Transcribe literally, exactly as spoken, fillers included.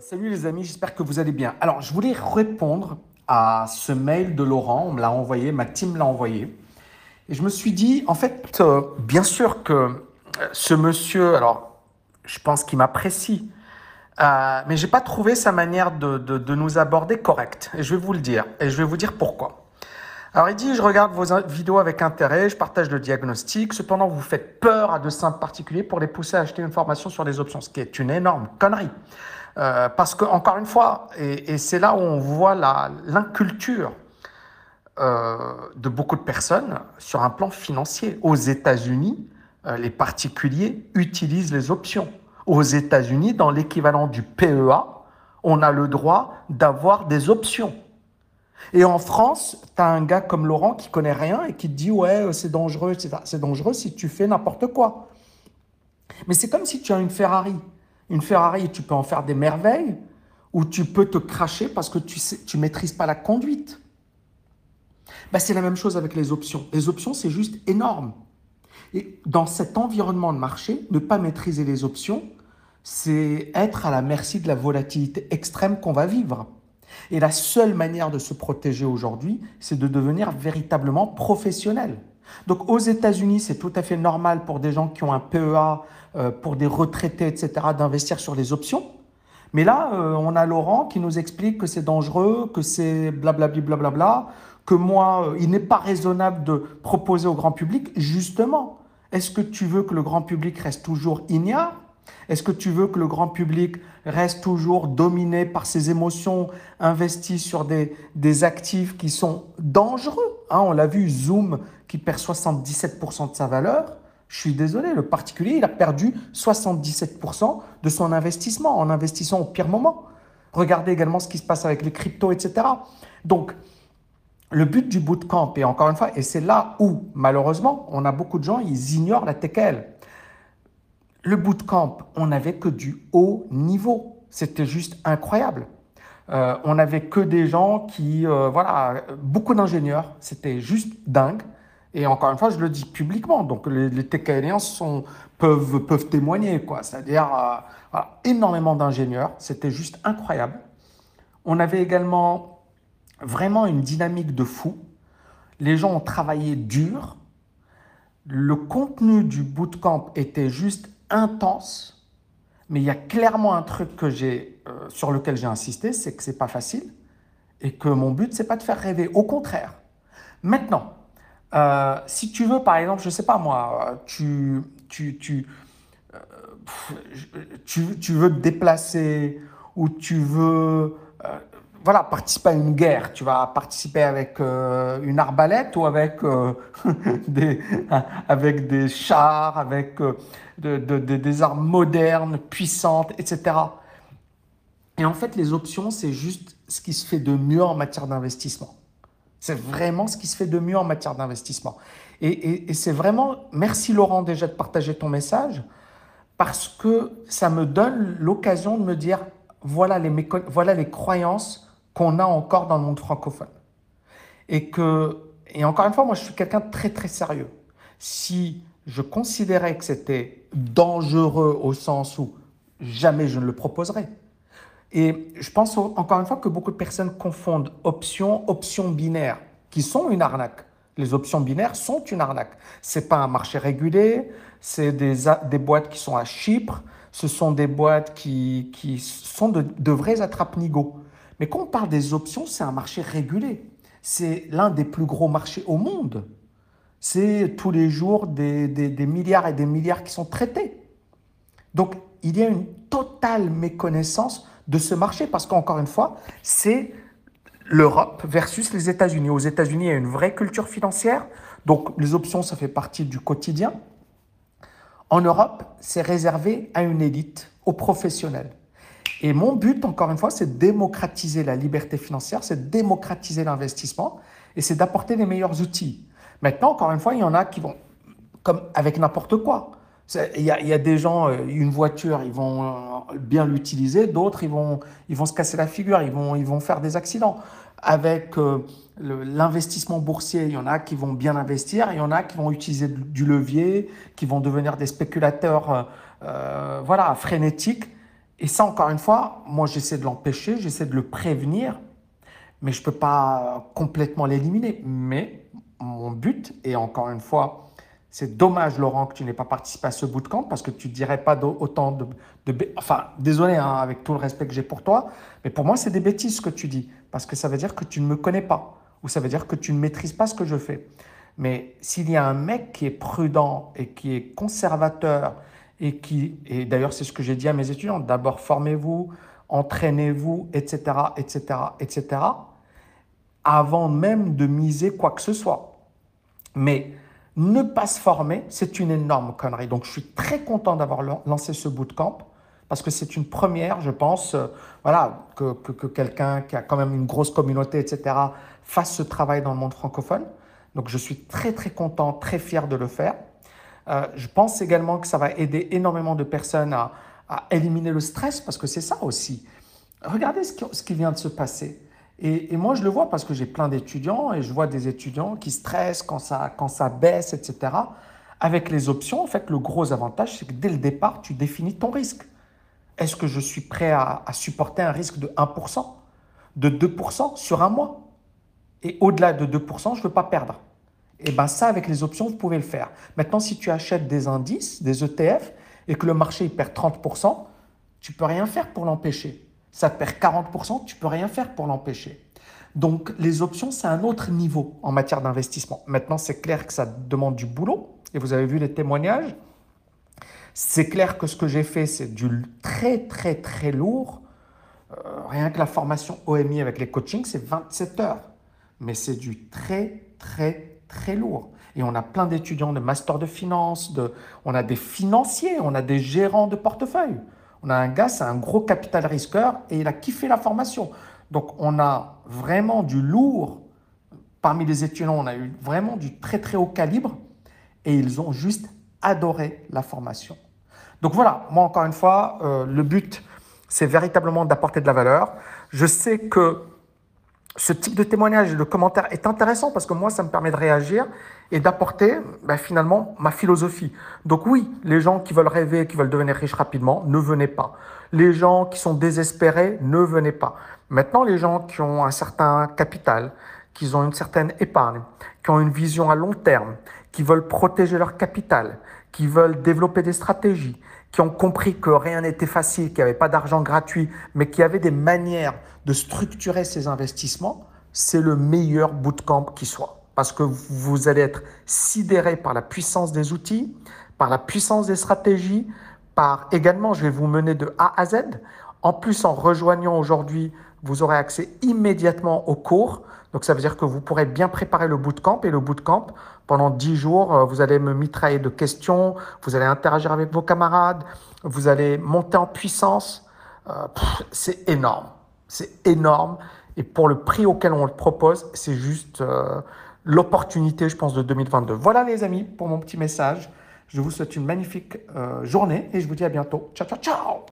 Salut les amis, j'espère que vous allez bien. Alors, je voulais répondre à ce mail de Laurent, on me l'a envoyé, ma team l'a envoyé. Et je me suis dit, en fait, euh, bien sûr que euh, ce monsieur, alors, je pense qu'il m'apprécie, euh, mais j'ai pas trouvé sa manière de, de, de nous aborder correcte. Et je vais vous le dire, et je vais vous dire pourquoi. Alors, il dit, je regarde vos in- vidéos avec intérêt, je partage le diagnostic, cependant, vous faites peur à de simples particuliers pour les pousser à acheter une formation sur les options, ce qui est une énorme connerie. Euh, parce que, encore une fois, et, et c'est là où on voit la- l'inculture euh, de beaucoup de personnes sur un plan financier. Aux États-Unis, euh, les particuliers utilisent les options. Aux États-Unis, dans l'équivalent du P E A, on a le droit d'avoir des options. Et en France, tu as un gars comme Laurent qui connaît rien et qui te dit ouais, euh, c'est dangereux, et cetera. C'est dangereux si tu fais n'importe quoi. Mais c'est comme si tu as une Ferrari. Une Ferrari, tu peux en faire des merveilles ou tu peux te cracher parce que tu ne tu maîtrises pas la conduite. Ben, c'est la même chose avec les options. Les options, c'est juste énorme. Et dans cet environnement de marché, ne pas maîtriser les options, c'est être à la merci de la volatilité extrême qu'on va vivre. Et la seule manière de se protéger aujourd'hui, c'est de devenir véritablement professionnel. Donc aux États-Unis, c'est tout à fait normal pour des gens qui ont un P E A, euh, pour des retraités, et cetera, d'investir sur les options. Mais là, euh, on a Laurent qui nous explique que c'est dangereux, que c'est blablabli blablabla, que moi, euh, il n'est pas raisonnable de proposer au grand public. Justement, est-ce que tu veux que le grand public reste toujours ignare? Est-ce que tu veux que le grand public reste toujours dominé par ses émotions, investi sur des, des actifs qui sont dangereux? Hein, on l'a vu, Zoom qui perd soixante-dix-sept pour cent de sa valeur. Je suis désolé, le particulier, il a perdu soixante-dix-sept pour cent de son investissement en investissant au pire moment. Regardez également ce qui se passe avec les cryptos, et cetera. Donc, le but du bootcamp, et encore une fois, et c'est là où, malheureusement, on a beaucoup de gens, ils ignorent la T K L. Le bootcamp, on n'avait que du haut niveau. C'était juste incroyable. Euh, on n'avait que des gens qui, euh, voilà, beaucoup d'ingénieurs. C'était juste dingue. Et encore une fois, je le dis publiquement. Donc, les, les TKLiens sont, peuvent, peuvent témoigner, quoi. C'est-à-dire, euh, voilà, énormément d'ingénieurs. C'était juste incroyable. On avait également vraiment une dynamique de fou. Les gens ont travaillé dur. Le contenu du bootcamp était juste intense. Mais il y a clairement un truc que j'ai, euh, sur lequel j'ai insisté, c'est que c'est pas facile et que mon but, c'est pas de faire rêver. Au contraire. Maintenant, euh, si tu veux, par exemple, je sais pas moi, tu, tu, tu, tu, tu veux te déplacer ou tu veux euh, voilà, participer à une guerre, tu vas participer avec euh, une arbalète ou avec, euh, des, avec des chars, avec euh, de, de, de, des armes modernes, puissantes, et cetera. Et en fait, les options, c'est juste ce qui se fait de mieux en matière d'investissement. C'est vraiment ce qui se fait de mieux en matière d'investissement. Et, et, et c'est vraiment, merci Laurent déjà de partager ton message, parce que ça me donne l'occasion de me dire, voilà les, mécon- voilà les croyances qu'on a encore dans le monde francophone. Et que, et encore une fois, moi je suis quelqu'un de très très sérieux. Si je considérais que c'était dangereux au sens où jamais je ne le proposerais, et je pense au- encore une fois que beaucoup de personnes confondent options, options binaires, qui sont une arnaque. Les options binaires sont une arnaque. Ce n'est pas un marché régulé, c'est des, a- des boîtes qui sont à Chypre, ce sont des boîtes qui, qui sont de, de vrais attrape-nigauds. Mais quand on parle des options, c'est un marché régulé. C'est l'un des plus gros marchés au monde. C'est tous les jours des, des- des milliards et des milliards qui sont traités. Donc, il y a une totale méconnaissance de ce marché parce qu'encore une fois, c'est l'Europe versus les États-Unis. Aux États-Unis, il y a une vraie culture financière. Donc, les options, ça fait partie du quotidien. En Europe, c'est réservé à une élite, aux professionnels. Et mon but, encore une fois, c'est de démocratiser la liberté financière, c'est de démocratiser l'investissement et c'est d'apporter les meilleurs outils. Maintenant, encore une fois, il y en a qui vont, comme avec n'importe quoi. Il y, a, il y a des gens, euh, une voiture, ils vont euh, bien l'utiliser, d'autres, ils vont, ils vont se casser la figure, ils vont, ils vont faire des accidents. Avec euh, le- l'investissement boursier, il y en a qui vont bien investir, il y en a qui vont utiliser du levier, qui vont devenir des spéculateurs euh, euh, voilà, frénétiques. Et ça, encore une fois, moi, j'essaie de l'empêcher, j'essaie de le prévenir, mais je ne peux pas complètement l'éliminer. Mais mon but, et encore une fois, c'est dommage, Laurent, que tu n'aies pas participé à ce bootcamp parce que tu ne dirais pas autant de, de... Enfin, désolé, hein, avec tout le respect que j'ai pour toi, mais pour moi, c'est des bêtises ce que tu dis parce que ça veut dire que tu ne me connais pas ou ça veut dire que tu ne maîtrises pas ce que je fais. Mais s'il y a un mec qui est prudent et qui est conservateur et qui, et d'ailleurs, c'est ce que j'ai dit à mes étudiants, d'abord formez-vous, entraînez-vous, et cetera, et cetera, et cetera, avant même de miser quoi que ce soit. Mais ne pas se former, c'est une énorme connerie. Donc, je suis très content d'avoir lancé ce bootcamp parce que c'est une première, je pense, euh, voilà, que, que, que quelqu'un qui a quand même une grosse communauté, et cetera, fasse ce travail dans le monde francophone. Donc, je suis très, très content, très fier de le faire. Euh, je pense également que ça va aider énormément de personnes à, à éliminer le stress parce que c'est ça aussi. Regardez ce qui, ce qui vient de se passer. Et, et moi, je le vois parce que j'ai plein d'étudiants et je vois des étudiants qui stressent quand ça, quand ça baisse, et cetera. Avec les options, en fait, le gros avantage, c'est que dès le départ, tu définis ton risque. Est-ce que je suis prêt à, à supporter un risque de un pour cent, de deux pour cent sur un mois? Et au-delà de deux pour cent, je ne veux pas perdre. Et bien ça, avec les options, vous pouvez le faire. Maintenant, si tu achètes des indices, des E T F, et que le marché il perd trente pour cent, tu ne peux rien faire pour l'empêcher. Ça perd quarante pour cent, tu ne peux rien faire pour l'empêcher. Donc, les options, c'est un autre niveau en matière d'investissement. Maintenant, c'est clair que ça demande du boulot, et vous avez vu les témoignages. C'est clair que ce que j'ai fait, c'est du très, très, très lourd. Euh, rien que la formation O M I avec les coachings, c'est vingt-sept heures. Mais c'est du très, très, très lourd. Et on a plein d'étudiants de master de finance, de, on a des financiers, on a des gérants de portefeuille. On a un gars, c'est un gros capital risqueur et il a kiffé la formation. Donc, on a vraiment du lourd. Parmi les étudiants, on a eu vraiment du très, très haut calibre et ils ont juste adoré la formation. Donc voilà, moi encore une fois, euh, le but, c'est véritablement d'apporter de la valeur. Je sais que ce type de témoignage et de commentaire est intéressant parce que moi, ça me permet de réagir et d'apporter ben, finalement ma philosophie. Donc oui, les gens qui veulent rêver, qui veulent devenir riches rapidement, ne venez pas. Les gens qui sont désespérés, ne venez pas. Maintenant, les gens qui ont un certain capital, qui ont une certaine épargne, qui ont une vision à long terme, qui veulent protéger leur capital, qui veulent développer des stratégies, qui ont compris que rien n'était facile, qu'il n'y avait pas d'argent gratuit, mais qu'il y avait des manières de structurer ces investissements, c'est le meilleur bootcamp qui soit. Parce que vous allez être sidéré par la puissance des outils, par la puissance des stratégies, par également, je vais vous mener de A à Z. En plus, en rejoignant aujourd'hui, vous aurez accès immédiatement aux cours. Donc, ça veut dire que vous pourrez bien préparer le bootcamp. Et le bootcamp, pendant dix jours, vous allez me mitrailler de questions, vous allez interagir avec vos camarades, vous allez monter en puissance. Euh, pff, c'est énorme. C'est énorme. Et pour le prix auquel on le propose, c'est juste euh, l'opportunité, je pense, de deux mille vingt-deux. Voilà, les amis, pour mon petit message. Je vous souhaite une magnifique euh, journée et je vous dis à bientôt. Ciao, ciao, ciao!